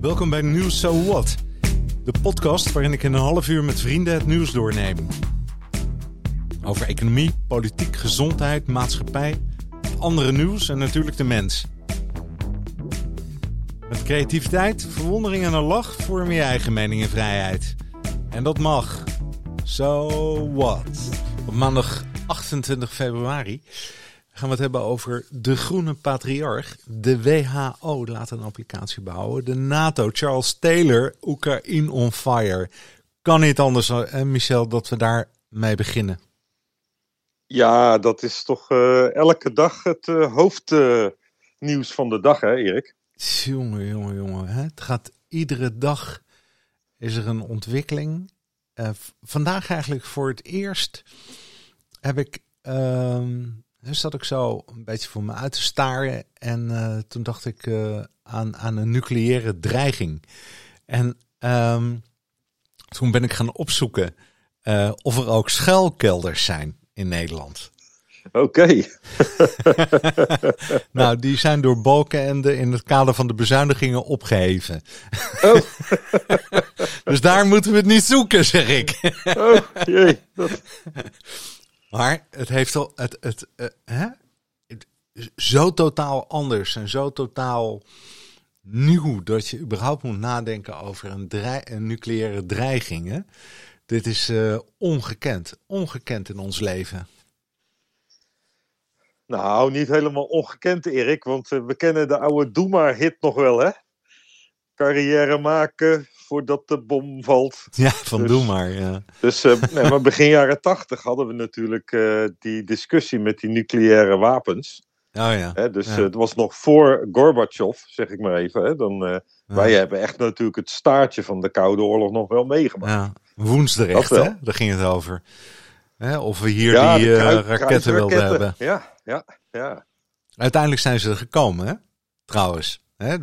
Welkom bij Nieuws So What, de podcast waarin ik in een half uur met vrienden het nieuws doorneem. Over economie, politiek, gezondheid, maatschappij, andere nieuws en natuurlijk de mens. Met creativiteit, verwondering en een lach vorm je eigen mening en vrijheid. En dat mag. So what? Op maandag 28 februari gaan we het hebben over de groene patriarch. De WHO laat een applicatie bouwen. De NATO, Charles Taylor, Oekraïne on fire. Kan niet anders, Michel, dat we daar mee beginnen. Ja, dat is toch elke dag het hoofdnieuws van de dag, hè Erik? Jongen. Hè? Het gaat iedere dag is er een ontwikkeling. Vandaag eigenlijk voor het eerst zat ik zo een beetje voor me uit te staren. En toen dacht ik aan een nucleaire dreiging. En toen ben ik gaan opzoeken of er ook schuilkelders zijn in Nederland. Oké. Nou, die zijn door Balkenende in het kader van de bezuinigingen opgeheven. Oh. Dus daar moeten we het niet zoeken, zeg ik. Oh, jee. Maar het heeft al zo totaal anders en zo totaal nieuw dat je überhaupt moet nadenken over een nucleaire dreiging. Hè? Dit is ongekend in ons leven. Nou, niet helemaal ongekend, Erik, want we kennen de oude Doe maar hit nog wel, hè? Carrière maken voordat de bom valt. Ja, van Doe maar, ja. Dus maar begin jaren 80 hadden we natuurlijk die discussie met die nucleaire wapens. Oh ja. Dus ja. Het was nog voor Gorbachev, zeg ik maar even. Hè? Wij hebben echt natuurlijk het staartje van de Koude Oorlog nog wel meegemaakt. Ja. Woensdrecht, hè? Daar ging het over. Of we hier die raketten wilden hebben. Ja. Uiteindelijk zijn ze er gekomen, hè? Trouwens. Hè?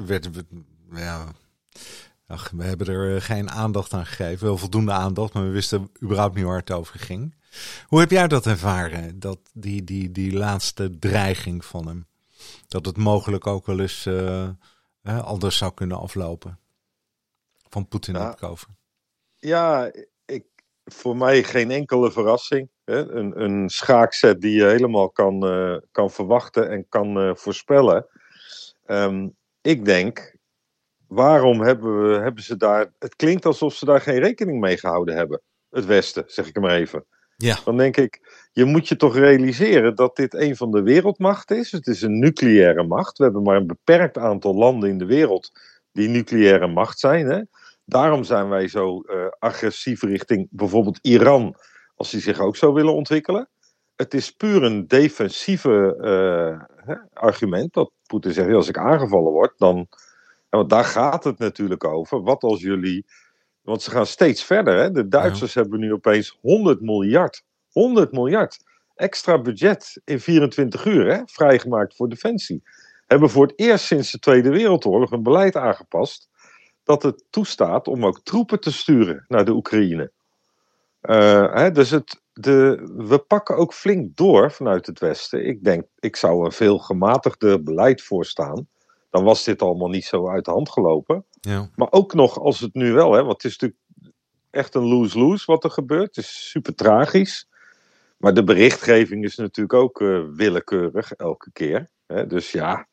We hebben er geen aandacht aan gegeven. Wel voldoende aandacht, maar we wisten überhaupt niet waar het over ging. Hoe heb jij dat ervaren? Dat die laatste dreiging van hem. Dat het mogelijk ook wel eens anders zou kunnen aflopen. Van Poetin heb ik over. Ja, voor mij geen enkele verrassing. Hè? Een schaakset die je helemaal kan verwachten en kan voorspellen. Ik denk, waarom hebben ze daar... Het klinkt alsof ze daar geen rekening mee gehouden hebben. Het Westen, zeg ik er maar even. Ja. Dan denk ik, je moet je toch realiseren dat dit een van de wereldmachten is. Het is een nucleaire macht. We hebben maar een beperkt aantal landen in de wereld die nucleaire macht zijn. Hè? Daarom zijn wij zo agressief richting bijvoorbeeld Iran, als die zich ook zou willen ontwikkelen. Het is puur een defensieve argument. Dat Poetin zegt, als ik aangevallen word, dan... Want daar gaat het natuurlijk over. Wat als jullie... Want ze gaan steeds verder. Hè? De Duitsers hebben nu opeens 100 miljard extra budget in 24 uur, hè? Vrijgemaakt voor defensie. Hebben voor het eerst sinds de Tweede Wereldoorlog een beleid aangepast dat het toestaat om ook troepen te sturen naar de Oekraïne. Dus we pakken ook flink door vanuit het Westen. Ik denk, ik zou een veel gematigder beleid voorstaan. Dan was dit allemaal niet zo uit de hand gelopen. Ja. Maar ook nog als het nu wel, hè, want het is natuurlijk echt een lose-lose wat er gebeurt. Het is super tragisch. Maar de berichtgeving is natuurlijk ook willekeurig elke keer. Hè? Dus ja,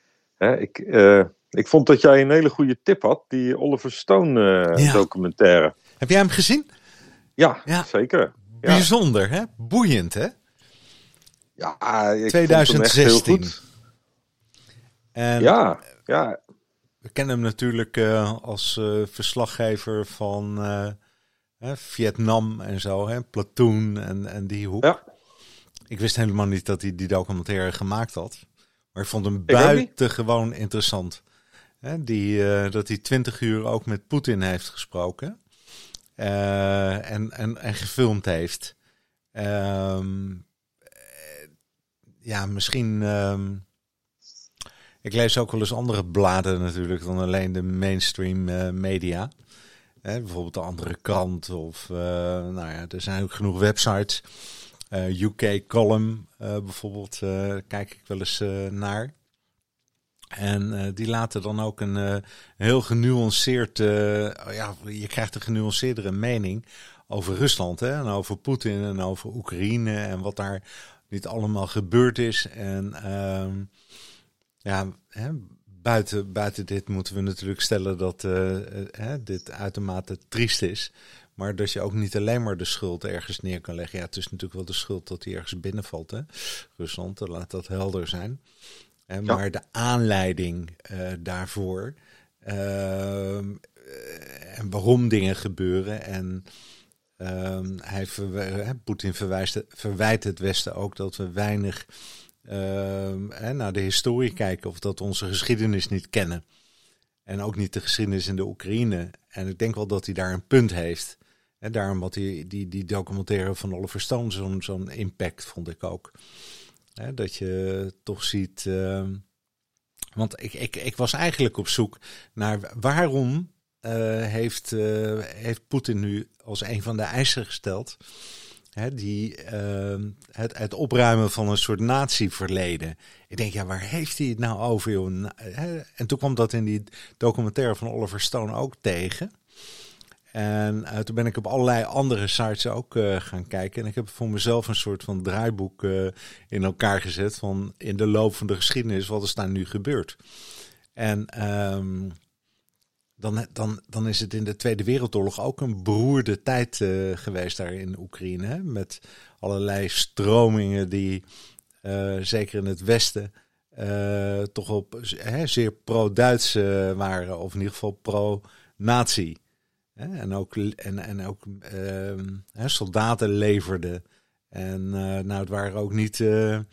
ik vond dat jij een hele goede tip had, die Oliver Stone documentaire. Heb jij hem gezien? Ja. Zeker. Ja. Bijzonder, hè? Boeiend, hè? Ja, ik 2016. vond hem echt heel goed. En ja. We kennen hem natuurlijk als verslaggever van Vietnam en zo, hè? Platoon en die hoek. Ja. Ik wist helemaal niet dat hij die documentaire gemaakt had. Maar ik vond hem buitengewoon interessant. Hè? Dat hij 20 uur ook met Poetin heeft gesproken. En gefilmd heeft. Misschien... Ik lees ook wel eens andere bladen natuurlijk dan alleen de mainstream media. Bijvoorbeeld de Andere Krant of er zijn ook genoeg websites. UK Column bijvoorbeeld kijk ik wel eens naar. En die laten dan ook een heel genuanceerd, je krijgt een genuanceerdere mening over Rusland, hè, en over Poetin en over Oekraïne en wat daar niet allemaal gebeurd is. En buiten dit moeten we natuurlijk stellen dat dit uitermate triest is. Maar dat je ook niet alleen maar de schuld ergens neer kan leggen. Ja, het is natuurlijk wel de schuld dat hij ergens binnenvalt, hè? Rusland, laat dat helder zijn. Maar de aanleiding daarvoor en waarom dingen gebeuren. En Poetin verwijt het Westen ook dat we weinig naar de historie kijken of dat we onze geschiedenis niet kennen. En ook niet de geschiedenis in de Oekraïne. En ik denk wel dat hij daar een punt heeft. En daarom had die documentaire van Oliver Stone zo'n impact, vond ik ook. Dat je toch ziet. Want ik was eigenlijk op zoek naar waarom heeft Poetin nu als een van de eisen gesteld. Het opruimen van een soort nazi-verleden. Ik denk, ja, waar heeft hij het nou over, joh? En toen kwam dat in die documentaire van Oliver Stone ook tegen. En toen ben ik op allerlei andere sites ook gaan kijken. En ik heb voor mezelf een soort van draaiboek in elkaar gezet van in de loop van de geschiedenis, wat is daar nu gebeurd? En dan is het in de Tweede Wereldoorlog ook een beroerde tijd geweest daar in Oekraïne. Hè? Met allerlei stromingen die zeker in het Westen toch op zeer pro-Duits waren. Of in ieder geval pro-nazi. En ook soldaten leverden. En het waren ook niet de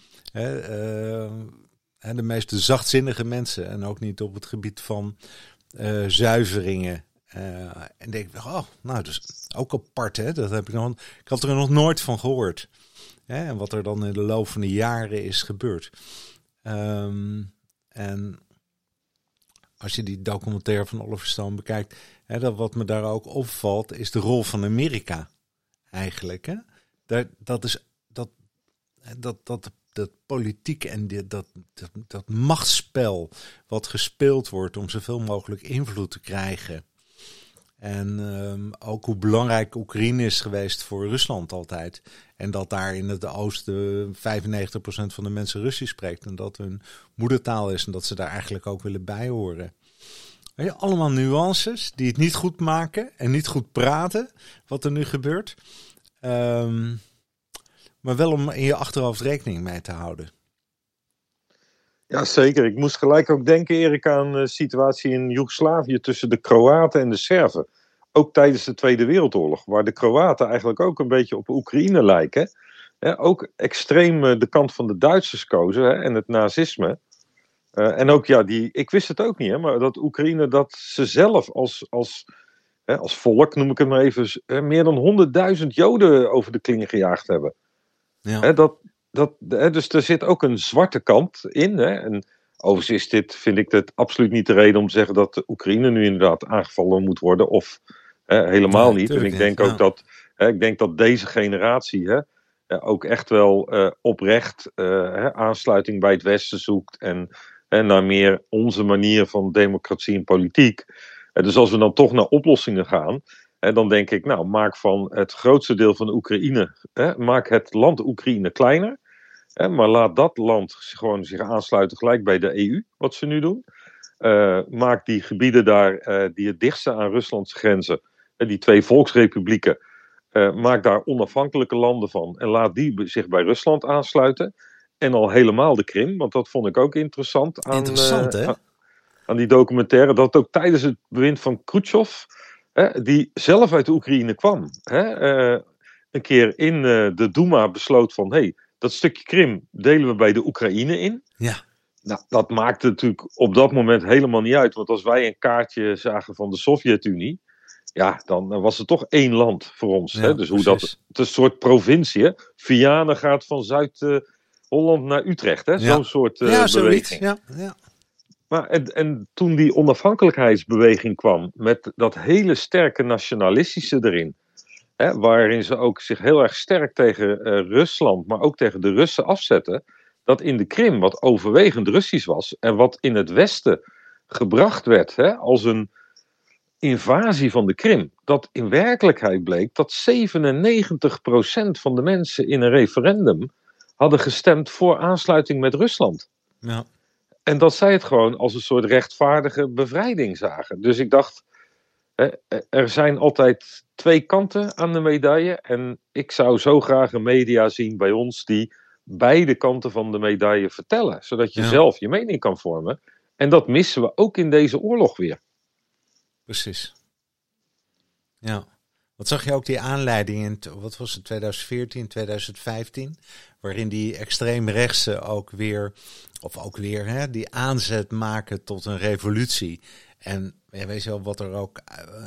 meest zachtzinnige mensen. En ook niet op het gebied van zuiveringen. En denk ik, dus ook apart, hè? Ik had er nog nooit van gehoord. En wat er dan in de loop van de jaren is gebeurd. En als je die documentaire van Oliver Stone bekijkt, dat wat me daar ook opvalt, is de rol van Amerika eigenlijk. Hè? Dat politiek en dat machtsspel wat gespeeld wordt om zoveel mogelijk invloed te krijgen. En ook hoe belangrijk Oekraïne is geweest voor Rusland altijd. En dat daar in het oosten 95% van de mensen Russisch spreekt. En dat hun moedertaal is en dat ze daar eigenlijk ook willen bijhoren. Weet je, allemaal nuances die het niet goed maken en niet goed praten, wat er nu gebeurt. Maar wel om in je achterhoofd rekening mee te houden. Ja, zeker. Ik moest gelijk ook denken, Erik, aan de situatie in Joegoslavië tussen de Kroaten en de Serven. Ook tijdens de Tweede Wereldoorlog, waar de Kroaten eigenlijk ook een beetje op Oekraïne lijken. Ook extreem de kant van de Duitsers kozen en het nazisme. En ook, ik wist het ook niet, maar dat Oekraïne, dat ze zelf als volk, noem ik het maar even, meer dan 100.000 Joden over de kling gejaagd hebben. Ja. Dus er zit ook een zwarte kant in. En overigens vind ik dit absoluut niet de reden om te zeggen dat de Oekraïne nu inderdaad aangevallen moet worden. Of helemaal niet. En ik denk ook dat deze generatie ook echt wel oprecht aansluiting bij het Westen zoekt. En naar meer onze manier van democratie en politiek. Dus als we dan toch naar oplossingen gaan, dan denk ik, maak van het grootste deel van de Oekraïne, maak het land Oekraïne kleiner. Maar laat dat land gewoon zich aansluiten gelijk bij de EU, wat ze nu doen. Maak die gebieden daar die het dichtste aan Ruslands grenzen, die 2 volksrepublieken, maak daar onafhankelijke landen van. En laat die zich bij Rusland aansluiten. En al helemaal de Krim, want dat vond ik ook interessant. Aan die documentaire, dat ook tijdens het bewind van Khrushchev, die zelf uit de Oekraïne kwam, een keer in de Duma besloot van, dat stukje Krim delen we bij de Oekraïne in. Ja. Nou, dat maakte natuurlijk op dat moment helemaal niet uit, want als wij een kaartje zagen van de Sovjet-Unie, dan was het toch 1 land voor ons. Ja, dus hoe dat, het is een soort provincie. Vianen gaat van Zuid-Holland naar Utrecht. Zo'n soort beweging. Ja. Maar en toen die onafhankelijkheidsbeweging kwam, met dat hele sterke nationalistische erin, waarin ze ook zich heel erg sterk tegen Rusland, maar ook tegen de Russen afzetten, dat in de Krim, wat overwegend Russisch was, en wat in het Westen gebracht werd als een invasie van de Krim, dat in werkelijkheid bleek dat 97% van de mensen in een referendum hadden gestemd voor aansluiting met Rusland. Ja. En dat zij het gewoon als een soort rechtvaardige bevrijding zagen. Dus ik dacht, er zijn altijd twee kanten aan de medaille. En ik zou zo graag een media zien bij ons die beide kanten van de medaille vertellen. Zodat je zelf je mening kan vormen. En dat missen we ook in deze oorlog weer. Precies. Ja. Wat zag je ook die aanleiding in, wat was het, 2014, 2015? Waarin die extreemrechtse ook weer die aanzet maken tot een revolutie. En weet je wel wat er ook...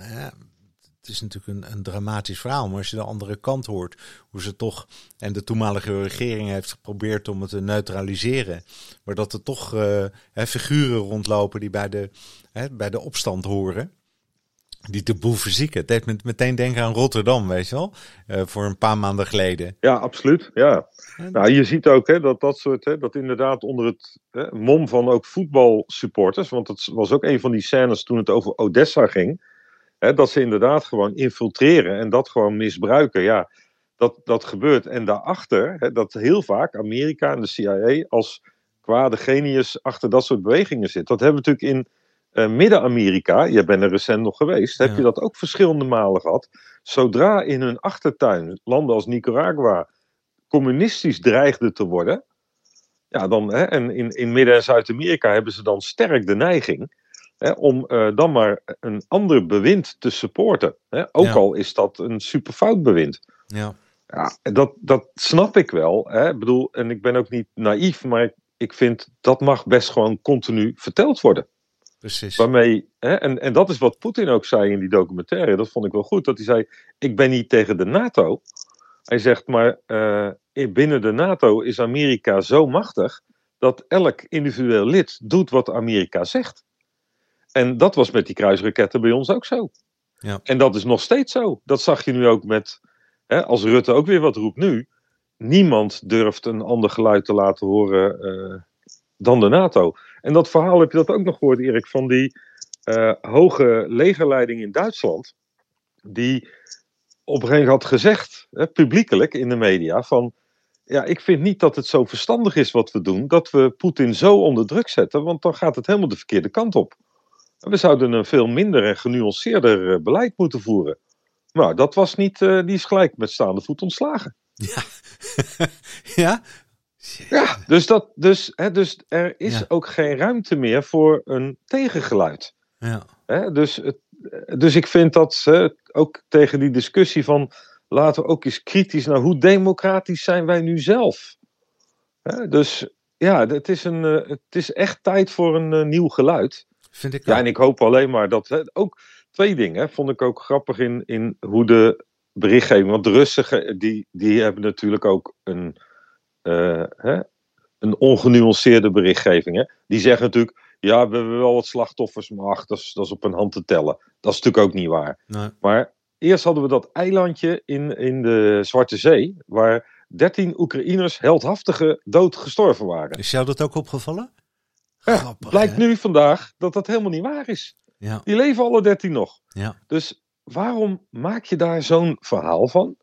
het is natuurlijk een dramatisch verhaal, maar als je de andere kant hoort, hoe ze toch, en de toenmalige regering heeft geprobeerd om het te neutraliseren, maar dat er toch figuren rondlopen die bij de opstand horen, die de boel verzieken. Het deed me meteen denken aan Rotterdam, weet je wel, voor een paar maanden geleden. Ja, absoluut, ja. Nou, je ziet ook dat soort, dat inderdaad onder het mom van ook voetbalsupporters, want het was ook een van die scènes toen het over Odessa ging, dat ze inderdaad gewoon infiltreren en dat gewoon misbruiken. Ja, dat gebeurt. En daarachter, dat heel vaak Amerika en de CIA als kwade genius achter dat soort bewegingen zit. Dat hebben we natuurlijk in Midden-Amerika, jij bent er recent nog geweest, heb je dat ook verschillende malen gehad. Zodra in hun achtertuin landen als Nicaragua communistisch dreigden te worden, ja, dan, en in Midden- en Zuid-Amerika hebben ze dan sterk de neiging om dan maar een ander bewind te supporten. Ook al is dat een superfout bewind. Ja. Ja, dat snap ik wel. Ik bedoel, en ik ben ook niet naïef, maar ik vind dat mag best gewoon continu verteld worden. Precies. Waarmee, en dat is wat Poetin ook zei in die documentaire, dat vond ik wel goed, dat hij zei, ik ben niet tegen de NATO. Hij zegt, maar binnen de NATO is Amerika zo machtig, dat elk individueel lid doet wat Amerika zegt. En dat was met die kruisraketten bij ons ook zo. Ja. En dat is nog steeds zo. Dat zag je nu ook met, als Rutte ook weer wat roept nu, niemand durft een ander geluid te laten horen dan de NATO. En dat verhaal heb je dat ook nog gehoord, Erik, van die hoge legerleiding in Duitsland, die op een gegeven moment had gezegd, publiekelijk in de media, van ja, ik vind niet dat het zo verstandig is wat we doen, dat we Poetin zo onder druk zetten, want dan gaat het helemaal de verkeerde kant op. We zouden een veel minder en genuanceerder beleid moeten voeren. Nou, dat was niet, die is gelijk met staande voet ontslagen. Ja. Ja? Ja, dus er is ook geen ruimte meer voor een tegengeluid. Ja. Dus ik vind dat ook tegen die discussie van laten we ook eens kritisch naar hoe democratisch zijn wij nu zelf. Dus ja, het is echt tijd voor een nieuw geluid. Vind ik ja, en ik hoop alleen maar dat ook twee dingen vond ik ook grappig in hoe de berichtgeving, want de Russen die hebben natuurlijk ook een ongenuanceerde berichtgeving. Hè? Die zeggen natuurlijk, ja, we hebben wel wat slachtoffers, maar dat is op een hand te tellen. Dat is natuurlijk ook niet waar. Nee. Maar eerst hadden we dat eilandje in de Zwarte Zee, waar 13 Oekraïners heldhaftige dood gestorven waren. Is jou dat ook opgevallen? Ja, Grappig, blijkt nu vandaag dat dat helemaal niet waar is. Ja. Die leven alle 13 nog. Ja. Dus waarom maak je daar zo'n verhaal van?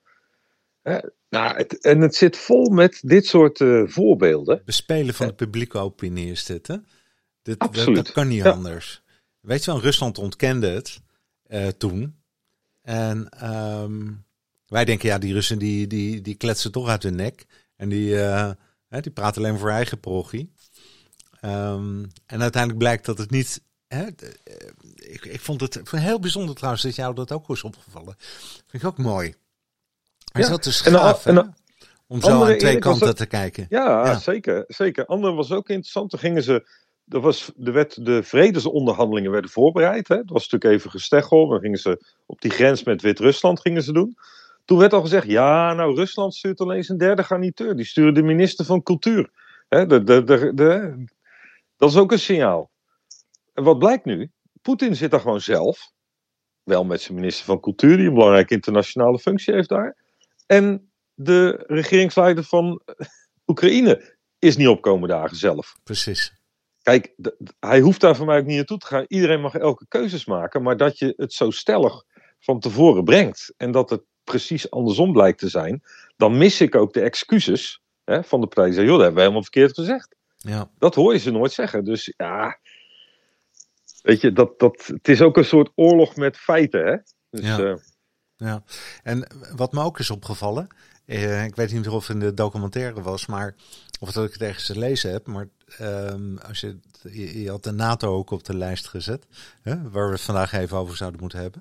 Het zit vol met dit soort voorbeelden. Bespelen van de publieke opinie is dit, hè? Absoluut. Dat kan niet anders. Weet je wel, Rusland ontkende het toen. En wij denken, ja, die Russen die kletsen toch uit hun nek. En die praten alleen voor eigen parochie. En uiteindelijk blijkt dat het niet... Ik vond het heel bijzonder trouwens dat jou dat ook was opgevallen. Vind ik ook mooi. Hij zat te schaven om zo aan twee kanten te kijken. Ja, zeker. Andere was ook interessant. Toen gingen ze... de vredesonderhandelingen werden voorbereid. Hè? Het was natuurlijk even gesteggel. Dan gingen ze op die grens met Wit-Rusland gingen ze doen. Toen werd al gezegd, ja, nou, Rusland stuurt alleen zijn derde garniteur. Die sturen de minister van cultuur. Hè? Dat is ook een signaal. En wat blijkt nu? Poetin zit daar gewoon zelf. Wel met zijn minister van cultuur, die een belangrijke internationale functie heeft daar. En de regeringsleider van Oekraïne, is niet opkomen dagen zelf. Precies. Kijk, hij hoeft daar voor mij ook niet naartoe te gaan. Iedereen mag elke keuzes maken, maar dat je het zo stellig van tevoren brengt en dat het precies andersom blijkt te zijn, dan mis ik ook de excuses van de partij. Die zeggen, joh, dat hebben we helemaal verkeerd gezegd. Ja. Dat hoor je ze nooit zeggen. Dus ja, weet je, het is ook een soort oorlog met feiten, hè? Dus, ja. En wat me ook is opgevallen, ik weet niet of het in de documentaire was, maar of dat ik het ergens gelezen heb, maar als je had de NATO ook op de lijst gezet, waar we het vandaag even over zouden moeten hebben.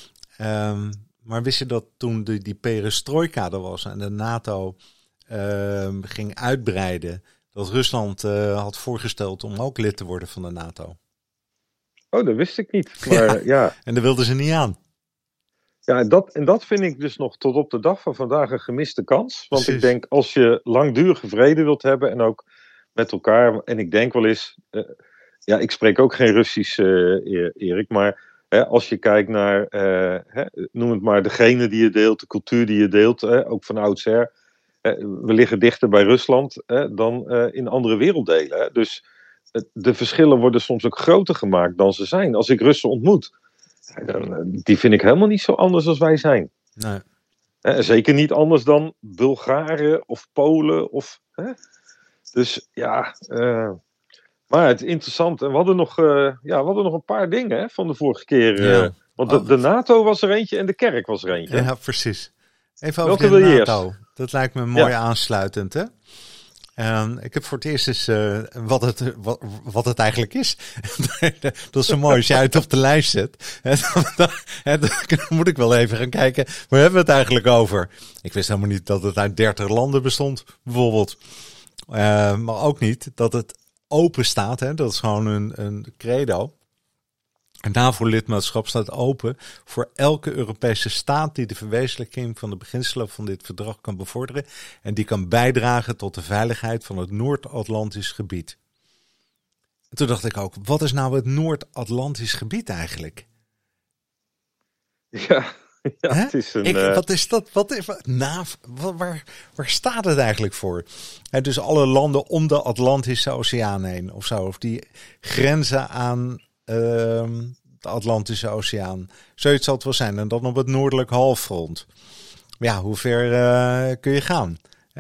Maar wist je dat toen die perestrojka er was en de NATO ging uitbreiden, dat Rusland had voorgesteld om ook lid te worden van de NATO? Oh, dat wist ik niet. Maar, ja. En daar wilden ze niet aan. Ja, en dat vind ik dus nog tot op de dag van vandaag een gemiste kans. Want Precies. ik denk, als je langdurige vrede wilt hebben en ook met elkaar, en ik denk wel eens, ik spreek ook geen Russisch, Erik, maar als je kijkt naar, noem het maar, degene die je deelt, de cultuur die je deelt, ook van oudsher, we liggen dichter bij Rusland dan in andere werelddelen. Hè. Dus de verschillen worden soms ook groter gemaakt dan ze zijn. Als ik Russen ontmoet, die vind ik helemaal niet zo anders als wij zijn. Nee. Zeker niet anders dan Bulgaren of Polen. Dus ja, maar het is interessant. En we hadden nog een paar dingen van de vorige keer. Ja. Want de NATO was er eentje en de kerk was er eentje. Ja, precies. Even Welke over de wil je NATO. eerst? Dat lijkt me mooi aansluitend, hè? Ik heb voor het eerst eens wat het eigenlijk is. Dat is zo mooi als jij het op de lijst zet. Dan moet ik wel even gaan kijken. Waar hebben we het eigenlijk over? Ik wist helemaal niet dat het uit 30 landen bestond, bijvoorbeeld. Maar ook niet dat het open staat. Hè? Dat is gewoon een credo. Een NAVO-lidmaatschap staat open voor elke Europese staat die de verwezenlijking van de beginselen van dit verdrag kan bevorderen en die kan bijdragen tot de veiligheid van het Noord-Atlantisch gebied. En toen dacht ik ook, wat is nou het Noord-Atlantisch gebied eigenlijk? Ja, het is een... Wat is dat? Waar staat het eigenlijk voor? Dus alle landen om de Atlantische Oceaan heen of zo, of die grenzen aan de Atlantische Oceaan. Zoiets zal het wel zijn. En dan op het noordelijk halfrond. Ja, hoe ver kun je gaan?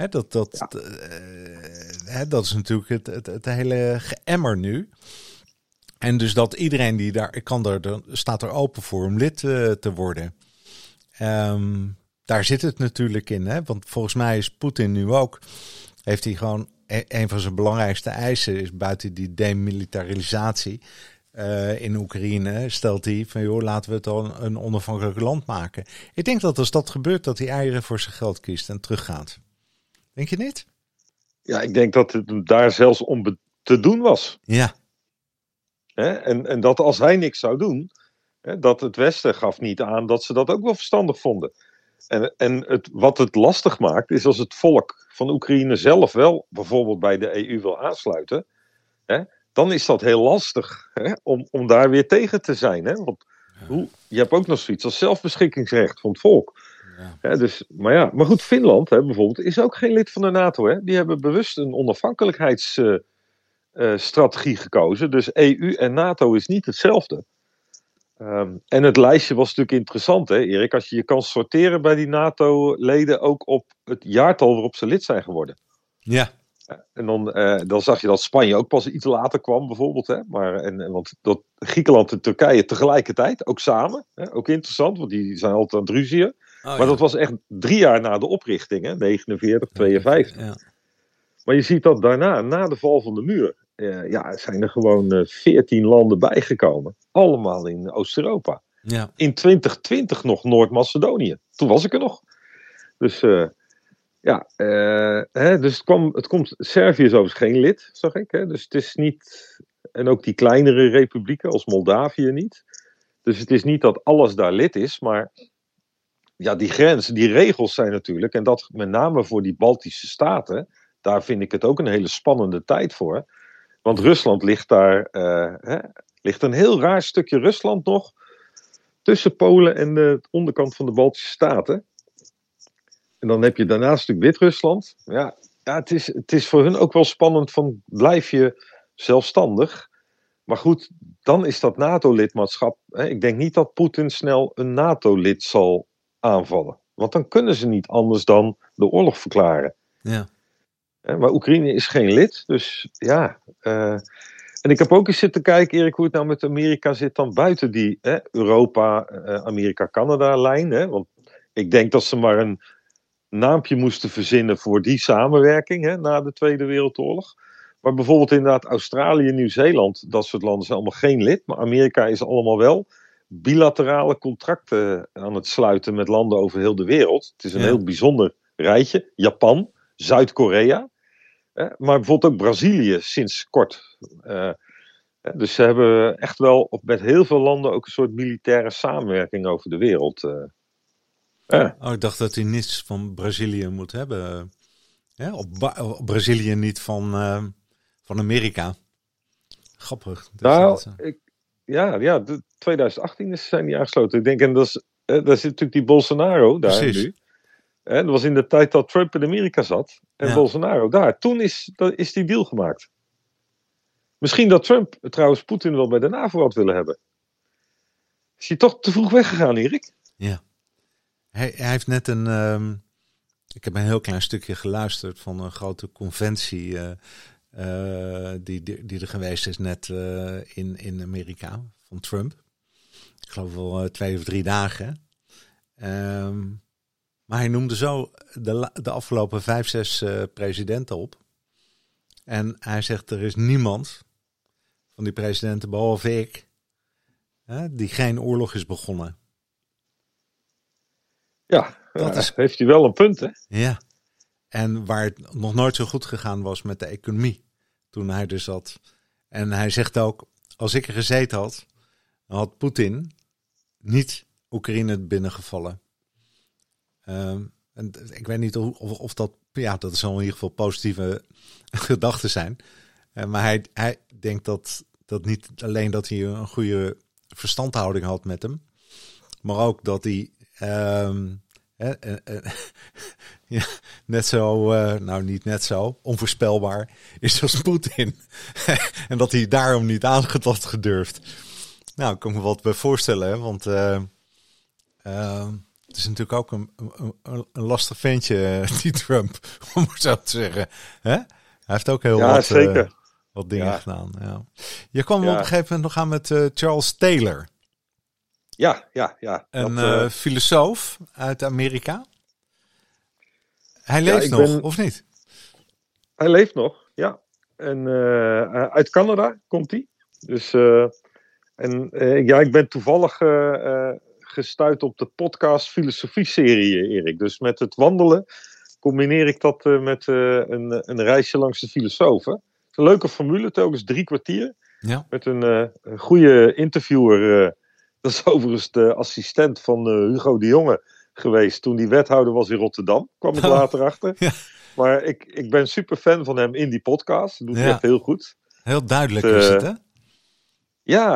Dat is natuurlijk het hele geëmmer nu. En dus dat iedereen die daar staat er open voor om lid te worden. Daar zit het natuurlijk in. Hè? Want volgens mij is Poetin nu ook, heeft hij gewoon een van zijn belangrijkste eisen is buiten die demilitarisatie in Oekraïne, stelt hij van joh, laten we het dan een onafhankelijk land maken. Ik denk dat als dat gebeurt, dat hij eieren voor zijn geld kiest en teruggaat. Denk je niet? Ja, ik denk dat het daar zelfs om te doen was. Ja. En dat als hij niks zou doen, dat het Westen gaf niet aan dat ze dat ook wel verstandig vonden. En wat het lastig maakt, is als het volk van Oekraïne zelf wel bijvoorbeeld bij de EU wil aansluiten, dan is dat heel lastig om daar weer tegen te zijn. Hè? Want je hebt ook nog zoiets als zelfbeschikkingsrecht van het volk. Ja. Maar goed, Finland bijvoorbeeld is ook geen lid van de NATO. Hè? Die hebben bewust een onafhankelijkheidsstrategie gekozen. Dus EU en NATO is niet hetzelfde. En het lijstje was natuurlijk interessant, hè, Erik. Als je kan sorteren bij die NATO-leden ook op het jaartal waarop ze lid zijn geworden. Ja. En dan zag je dat Spanje ook pas iets later kwam, bijvoorbeeld. Hè? Want dat Griekenland en Turkije tegelijkertijd, ook samen. Hè? Ook interessant, want die zijn altijd aan het ruzieën. Maar dat was echt 3 jaar na de oprichting, hè? 49, 52. Ja. Maar je ziet dat daarna, na de val van de muur, zijn er gewoon 14 landen bijgekomen. Allemaal in Oost-Europa. Ja. In 2020 nog Noord-Macedonië. Toen was ik er nog. Dus dus het komt. Servië is overigens geen lid, zag ik. Hè? Dus het is niet. En ook die kleinere republieken als Moldavië niet. Dus het is niet dat alles daar lid is, maar ja, die grenzen, die regels zijn natuurlijk, en dat met name voor die Baltische staten, daar vind ik het ook een hele spannende tijd voor. Want Rusland ligt daar, ligt een heel raar stukje Rusland nog tussen Polen en de onderkant van de Baltische staten. En dan heb je daarnaast natuurlijk Wit-Rusland. Ja, Ja, het is voor hun ook wel spannend van blijf je zelfstandig. Maar goed, dan is dat NATO-lidmaatschap. Ik denk niet dat Poetin snel een NATO-lid zal aanvallen. Want dan kunnen ze niet anders dan de oorlog verklaren. Ja. Maar Oekraïne is geen lid, dus ja. En ik heb ook eens zitten kijken, Erik, hoe het nou met Amerika zit dan buiten die Europa, Amerika-Canada-lijn. Want ik denk dat ze maar een naampje moesten verzinnen voor die samenwerking na de Tweede Wereldoorlog. Maar bijvoorbeeld inderdaad Australië, Nieuw-Zeeland, dat soort landen zijn allemaal geen lid. Maar Amerika is allemaal wel bilaterale contracten aan het sluiten met landen over heel de wereld. Het is een heel bijzonder rijtje. Japan, Zuid-Korea. Maar bijvoorbeeld ook Brazilië sinds kort. Dus ze hebben echt wel met heel veel landen ook een soort militaire samenwerking over de wereld. Ik dacht dat hij niets van Brazilië moet hebben. Op Brazilië niet van Amerika. Grappig. Nou, 2018 zijn die aangesloten. Ik denk, en daar zit natuurlijk die Bolsonaro daar. Precies. Nu. Dat was in de tijd dat Trump in Amerika zat. En Bolsonaro daar. Toen is die deal gemaakt. Misschien dat Trump trouwens Poetin wel bij de NAVO had willen hebben. Is hij toch te vroeg weggegaan, Erik? Ja. Hij heeft net ik heb een heel klein stukje geluisterd van een grote conventie die er geweest is net in Amerika van Trump. Ik geloof wel 2 of 3 dagen. Maar hij noemde zo de afgelopen 5, 6 presidenten op. En hij zegt er is niemand van die presidenten behalve ik die geen oorlog is begonnen. Ja, heeft hij wel een punt, hè? Ja. En waar het nog nooit zo goed gegaan was met de economie. Toen hij er zat. En hij zegt ook, als ik er gezeten had, dan had Poetin niet Oekraïne binnengevallen. En ik weet niet of dat, dat zal in ieder geval positieve gedachten zijn. Maar hij denkt dat niet alleen dat hij een goede verstandhouding had met hem. Maar ook dat hij net zo, nou niet net zo, onvoorspelbaar is als Poetin. En dat hij daarom niet had gedurfd. Nou, ik kan me wat bij voorstellen, hè? Want het is natuurlijk ook een lastig ventje, die Trump, om het zo te zeggen. Hè? Hij heeft ook heel wat dingen gedaan. Ja. Je kwam op een gegeven moment nog aan met Charles Taylor. Ja. Een filosoof uit Amerika. Hij leeft nog, of niet? Hij leeft nog, ja. En uit Canada komt hij. Dus, ik ben toevallig gestuurd op de podcast Filosofie-serie, Erik. Dus met het wandelen combineer ik dat met een reisje langs de filosofen. Het is een leuke formule, telkens 3 kwartier. Ja. Met een goede interviewer. Dat is overigens de assistent van Hugo de Jonge geweest toen die wethouder was in Rotterdam. Kwam ik later achter. Ja. Maar ik ben super fan van hem in die podcast. Dat doet hij echt heel goed. Heel duidelijk is het, hè? Ja,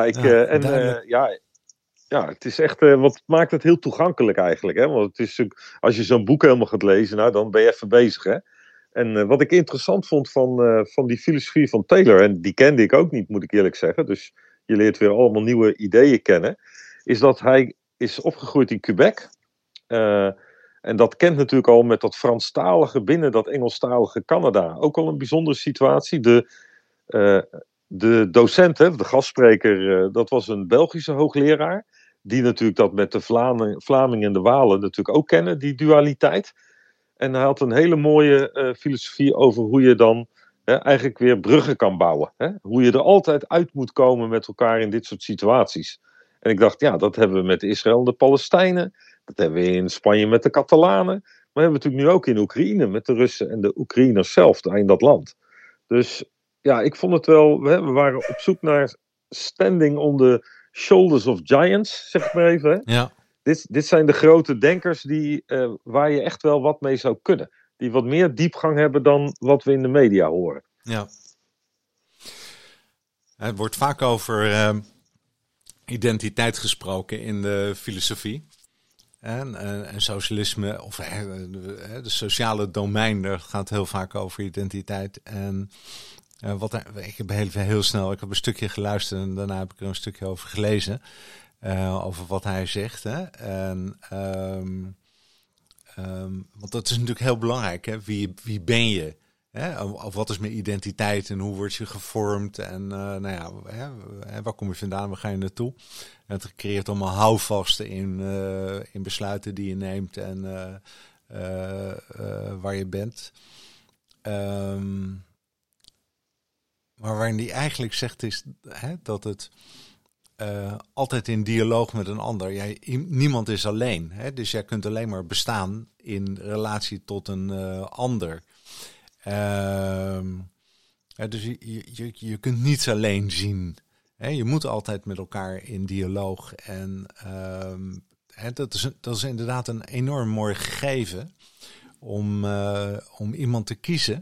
het is echt, wat maakt het heel toegankelijk eigenlijk. Hè? Want het is, als je zo'n boek helemaal gaat lezen, nou, dan ben je even bezig. Hè? En wat ik interessant vond van die filosofie van Taylor, en die kende ik ook niet, moet ik eerlijk zeggen. Dus je leert weer allemaal nieuwe ideeën kennen. Is dat hij is opgegroeid in Quebec. En dat kent natuurlijk al met dat Franstalige binnen dat Engelstalige Canada. Ook al een bijzondere situatie. De docent, de gastspreker, dat was een Belgische hoogleraar. Die natuurlijk dat met de Vlamingen en de Walen natuurlijk ook kennen, die dualiteit. En hij had een hele mooie filosofie over hoe je dan eigenlijk weer bruggen kan bouwen. Hè? Hoe je er altijd uit moet komen met elkaar in dit soort situaties. En ik dacht, dat hebben we met Israël en de Palestijnen. Dat hebben we in Spanje met de Catalanen. Maar hebben we natuurlijk nu ook in Oekraïne met de Russen en de Oekraïners zelf in dat land. Dus ik vond het wel, we waren op zoek naar standing on the shoulders of giants, zeg ik maar even. Hè? Ja. Dit zijn de grote denkers waar je echt wel wat mee zou kunnen. Die wat meer diepgang hebben dan wat we in de media horen. Ja. Het wordt vaak over identiteit gesproken in de filosofie. En socialisme, of de sociale domein, daar gaat heel vaak over identiteit. En ik heb heel snel, ik heb een stukje geluisterd en daarna heb ik er een stukje over gelezen. Over wat hij zegt. Hè? En, want dat is natuurlijk heel belangrijk. Hè? Wie ben je? Hè? Of wat is mijn identiteit en hoe word je gevormd? En waar kom je vandaan? Waar ga je naartoe? En het creëert allemaal houvasten in besluiten die je neemt en waar je bent. Maar waarin hij eigenlijk zegt is dat het altijd in dialoog met een ander. Niemand is alleen. Hè? Dus jij kunt alleen maar bestaan in relatie tot een ander. Dus je kunt niets alleen zien. Hè? Je moet altijd met elkaar in dialoog. En dat is inderdaad een enorm mooi gegeven om iemand te kiezen.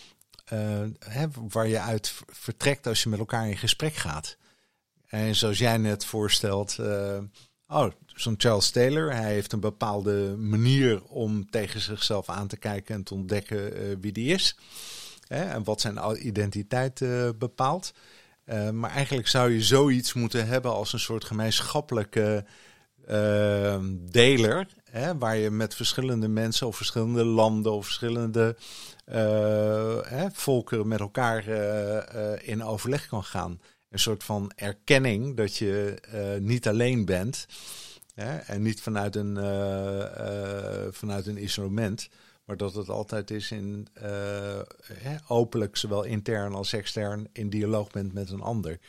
Waar je uit vertrekt als je met elkaar in gesprek gaat. En zoals jij net voorstelt, zo'n Charles Taylor, hij heeft een bepaalde manier om tegen zichzelf aan te kijken en te ontdekken wie die is. En wat zijn identiteit bepaalt. Maar eigenlijk zou je zoiets moeten hebben als een soort gemeenschappelijke deler. Waar je met verschillende mensen of verschillende landen of verschillende volkeren met elkaar in overleg kan gaan. Een soort van erkenning dat je niet alleen bent. En niet vanuit een isolement. Maar dat het altijd is in openlijk, zowel intern als extern, in dialoog bent met een ander.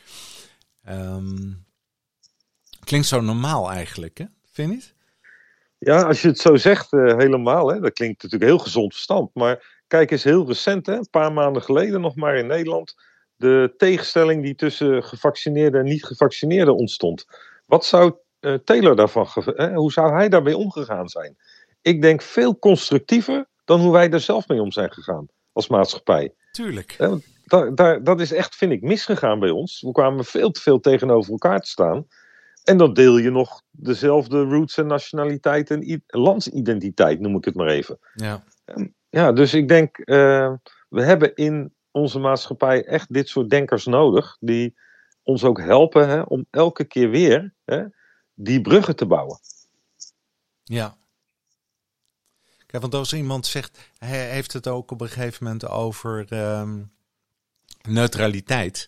Klinkt zo normaal eigenlijk, hè? Vind je niet? Ja, als je het zo zegt, helemaal. Hè? Dat klinkt natuurlijk heel gezond verstand. Maar kijk eens, heel recent, hè? Een paar maanden geleden nog maar in Nederland, de tegenstelling die tussen gevaccineerden en niet-gevaccineerden ontstond. Wat zou Taylor daarvan, hoe zou hij daarbij omgegaan zijn? Ik denk veel constructiever dan hoe wij er zelf mee om zijn gegaan als maatschappij. Tuurlijk. Dat is echt, vind ik, misgegaan bij ons. We kwamen veel te veel tegenover elkaar te staan. En dan deel je nog dezelfde roots en nationaliteit en landsidentiteit, noem ik het maar even. Ja, dus ik denk, we hebben in onze maatschappij echt dit soort denkers nodig, die ons ook helpen om elke keer weer die bruggen te bouwen. Ja. Kijk, want als iemand zegt, hij heeft het ook op een gegeven moment over neutraliteit.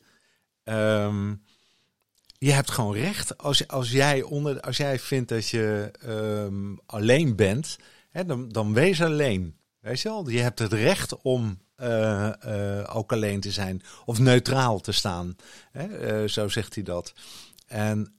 Je hebt gewoon recht. Als jij vindt dat je alleen bent, dan wees alleen. Weet je wel? Je hebt het recht om ook alleen te zijn. Of neutraal te staan. Zo zegt hij dat. En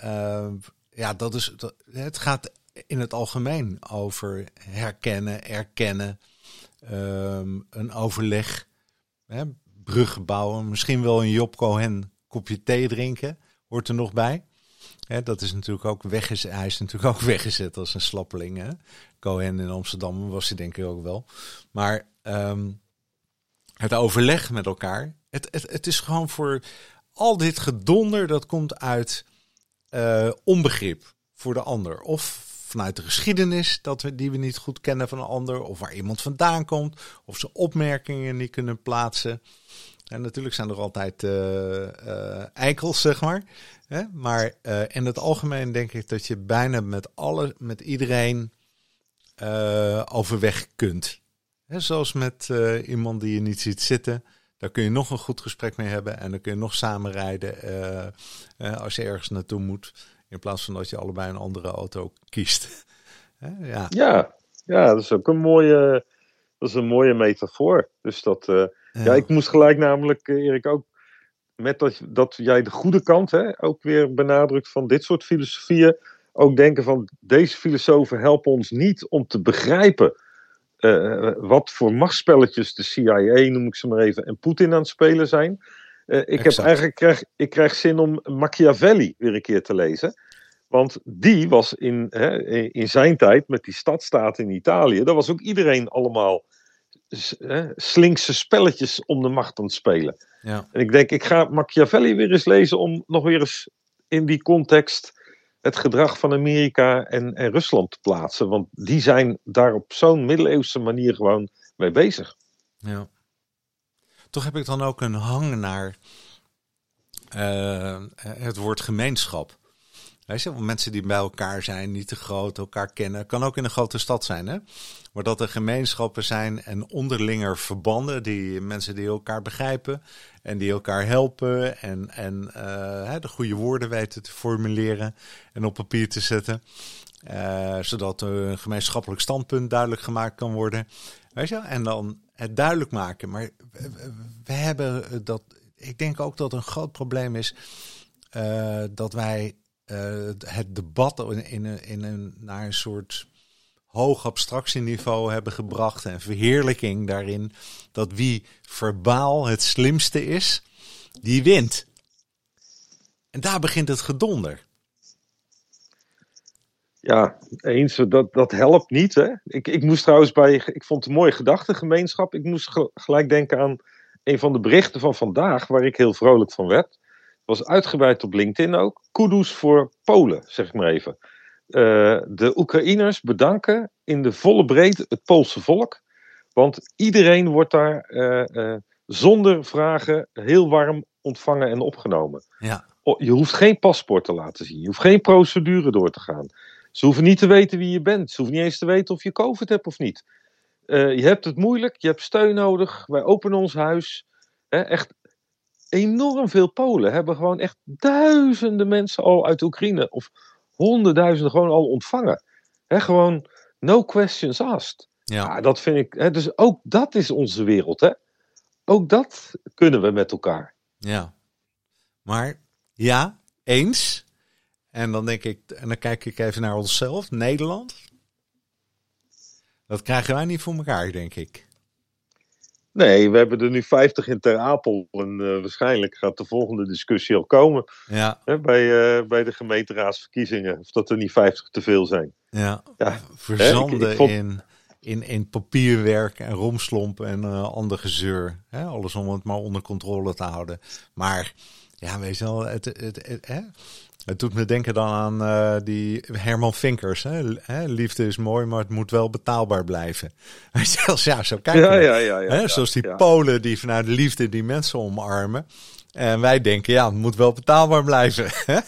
het gaat in het algemeen over herkennen, erkennen. Een overleg. Bruggen bouwen. Misschien wel een Job Cohen kopje thee drinken. Hoort er nog bij. Dat is natuurlijk ook weggezet. Hij is natuurlijk ook weggezet als een slappeling. Hè? Cohen in Amsterdam was hij denk ik ook wel. Maar het overleg met elkaar. Het is gewoon voor al dit gedonder. Dat komt uit onbegrip voor de ander. Of vanuit de geschiedenis die we niet goed kennen van een ander. Of waar iemand vandaan komt. Of ze opmerkingen niet kunnen plaatsen. En natuurlijk zijn er altijd eikels, zeg maar. Maar in het algemeen denk ik dat je bijna met iedereen overweg kunt. Zoals met iemand die je niet ziet zitten. Daar kun je nog een goed gesprek mee hebben. En dan kun je nog samen rijden als je ergens naartoe moet. In plaats van dat je allebei een andere auto kiest. Ja, dat is ook een mooie metafoor. Dus dat... Ja, ik moest gelijk namelijk, Erik, ook met dat jij de goede kant ook weer benadrukt van dit soort filosofieën. Ook denken van deze filosofen helpen ons niet om te begrijpen wat voor machtsspelletjes de CIA, noem ik ze maar even, en Poetin aan het spelen zijn. Ik krijg zin om Machiavelli weer een keer te lezen. Want die was in zijn tijd met die stadstaat in Italië, daar was ook iedereen allemaal slinkse spelletjes om de macht aan het spelen. Ja. En ik denk, ik ga Machiavelli weer eens lezen om nog weer eens in die context het gedrag van Amerika en Rusland te plaatsen. Want die zijn daar op zo'n middeleeuwse manier gewoon mee bezig. Ja. Toch heb ik dan ook een hang naar het woord gemeenschap. Weet je, mensen die bij elkaar zijn, niet te groot, elkaar kennen. Kan ook in een grote stad zijn, hè? Maar dat er gemeenschappen zijn en onderlinger verbanden. Die mensen die elkaar begrijpen en die elkaar helpen. En de goede woorden weten te formuleren en op papier te zetten. Zodat een gemeenschappelijk standpunt duidelijk gemaakt kan worden. Weet je? En dan het duidelijk maken. Maar we hebben dat. Ik denk ook dat een groot probleem is dat wij het debat naar een soort hoog abstractieniveau hebben gebracht en verheerlijking daarin dat wie verbaal het slimste is, die wint. En daar begint het gedonder. Ja, eens. Dat helpt niet. Hè? Ik moest trouwens ik vond het een mooie gedachtegemeenschap. Ik moest gelijk denken aan een van de berichten van vandaag, waar ik heel vrolijk van werd. Was uitgebreid op LinkedIn ook. Kudos voor Polen, zeg ik maar even. De Oekraïners bedanken in de volle breedte het Poolse volk. Want iedereen wordt daar zonder vragen heel warm ontvangen en opgenomen. Ja. Je hoeft geen paspoort te laten zien. Je hoeft geen procedure door te gaan. Ze hoeven niet te weten wie je bent. Ze hoeven niet eens te weten of je COVID hebt of niet. Je hebt het moeilijk. Je hebt steun nodig. Wij openen ons huis. Echt enorm veel Polen hebben gewoon echt duizenden mensen al uit Oekraïne. Of honderdduizenden gewoon al ontvangen. Gewoon no questions asked. Ja, dat vind ik. Dus ook dat is onze wereld. Hè? Ook dat kunnen we met elkaar. Ja. Maar ja, eens. En dan denk ik, en dan kijk ik even naar onszelf, Nederland. Dat krijgen wij niet voor elkaar, denk ik. Nee, we hebben er nu 50 in Ter Apel. En waarschijnlijk gaat de volgende discussie al komen. Ja. Bij de gemeenteraadsverkiezingen. Of dat er niet 50 te veel zijn. Ja. Verzanden in papierwerk en romslomp en ander gezeur. Alles om het maar onder controle te houden. Maar ja, weet je wel, het doet me denken dan aan die Herman Vinkers. Liefde is mooi, maar het moet wel betaalbaar blijven. Ja, zo kijken we. Ja, zoals die Polen die vanuit liefde die mensen omarmen. En wij denken, ja, het moet wel betaalbaar blijven.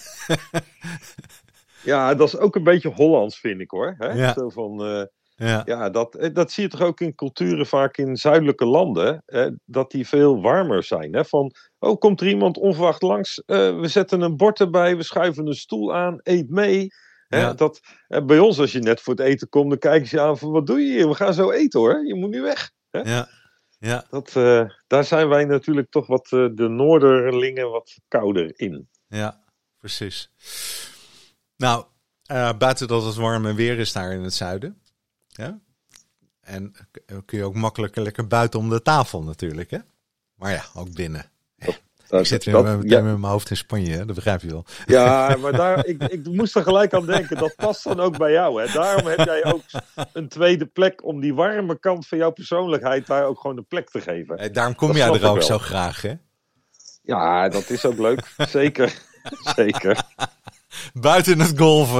Ja, dat is ook een beetje Hollands, vind ik hoor. Ja. Zo van, dat zie je toch ook in culturen vaak in zuidelijke landen. Dat die veel warmer zijn. Van, komt er iemand onverwacht langs. We zetten een bord erbij. We schuiven een stoel aan. Eet mee. Ja. Bij ons, als je net voor het eten komt, dan kijken ze je aan van, wat doe je hier? We gaan zo eten hoor. Je moet nu weg. Ja. Ja. Daar zijn wij natuurlijk toch wat de Noorderlingen wat kouder in. Ja, precies. Nou, buiten dat het warm en weer is daar in het zuiden. Ja? En kun je ook makkelijker lekker buiten om de tafel natuurlijk, hè? Maar ja, ook binnen. Ik zit weer met mijn hoofd in Spanje, hè? Dat begrijp je wel. Ja, maar ik moest er gelijk aan denken. Dat past dan ook bij jou, hè? Daarom heb jij ook een tweede plek om die warme kant van jouw persoonlijkheid daar ook gewoon een plek te geven. Hey, daarom kom jij er ook zo graag, hè? Ja, dat is ook leuk. Zeker. Zeker. Buiten het golven.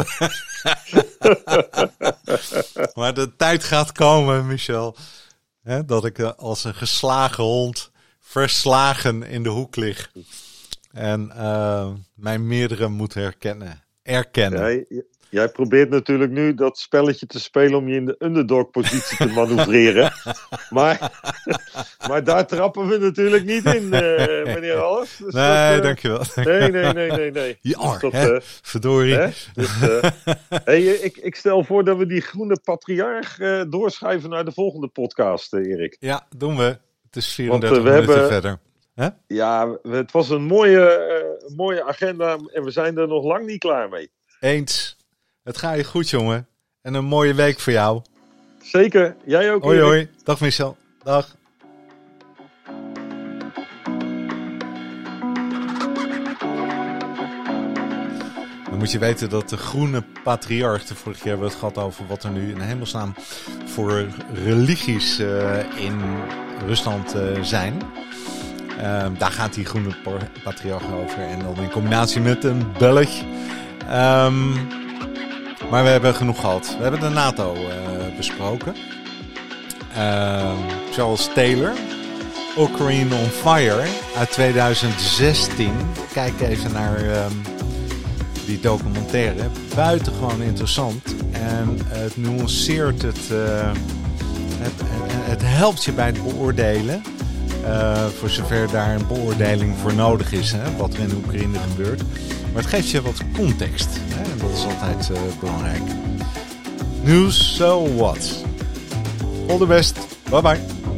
Maar de tijd gaat komen, Michel. Dat ik als een geslagen hond verslagen in de hoek lig. En mijn meerdere moet erkennen. Jij probeert natuurlijk nu dat spelletje te spelen om je in de underdog-positie te manoeuvreren. Maar daar trappen we natuurlijk niet in, meneer Alles. Dus dankjewel. Nee. Ja, verdorie. Ik stel voor dat we die groene patriarch doorschuiven naar de volgende podcast, Erik. Ja, doen we. Het is 34 minuten verder. Huh? Ja, het was een mooie agenda en we zijn er nog lang niet klaar mee. Eens. Het gaat je goed, jongen. En een mooie week voor jou. Zeker. Jij ook, Hoi, Erik. hoi. Dag, Michel. Dag. Dan moet je weten dat de groene patriarch, de vorige keer hebben we het gehad over wat er nu in hemelsnaam voor religies in Rusland zijn. Daar gaat die groene patriarch over. En dan in combinatie met een Belg. Maar we hebben genoeg gehad. We hebben de NATO besproken. Charles Taylor, Ukraine on Fire uit 2016. Kijk even naar die documentaire. Buitengewoon interessant. En het nuanceert het helpt je bij het beoordelen. Voor zover daar een beoordeling voor nodig is. Hè, wat er in Oekraïne gebeurt. Maar het geeft je wat context. Hè, en dat is altijd belangrijk. News, so what? All the best. Bye bye.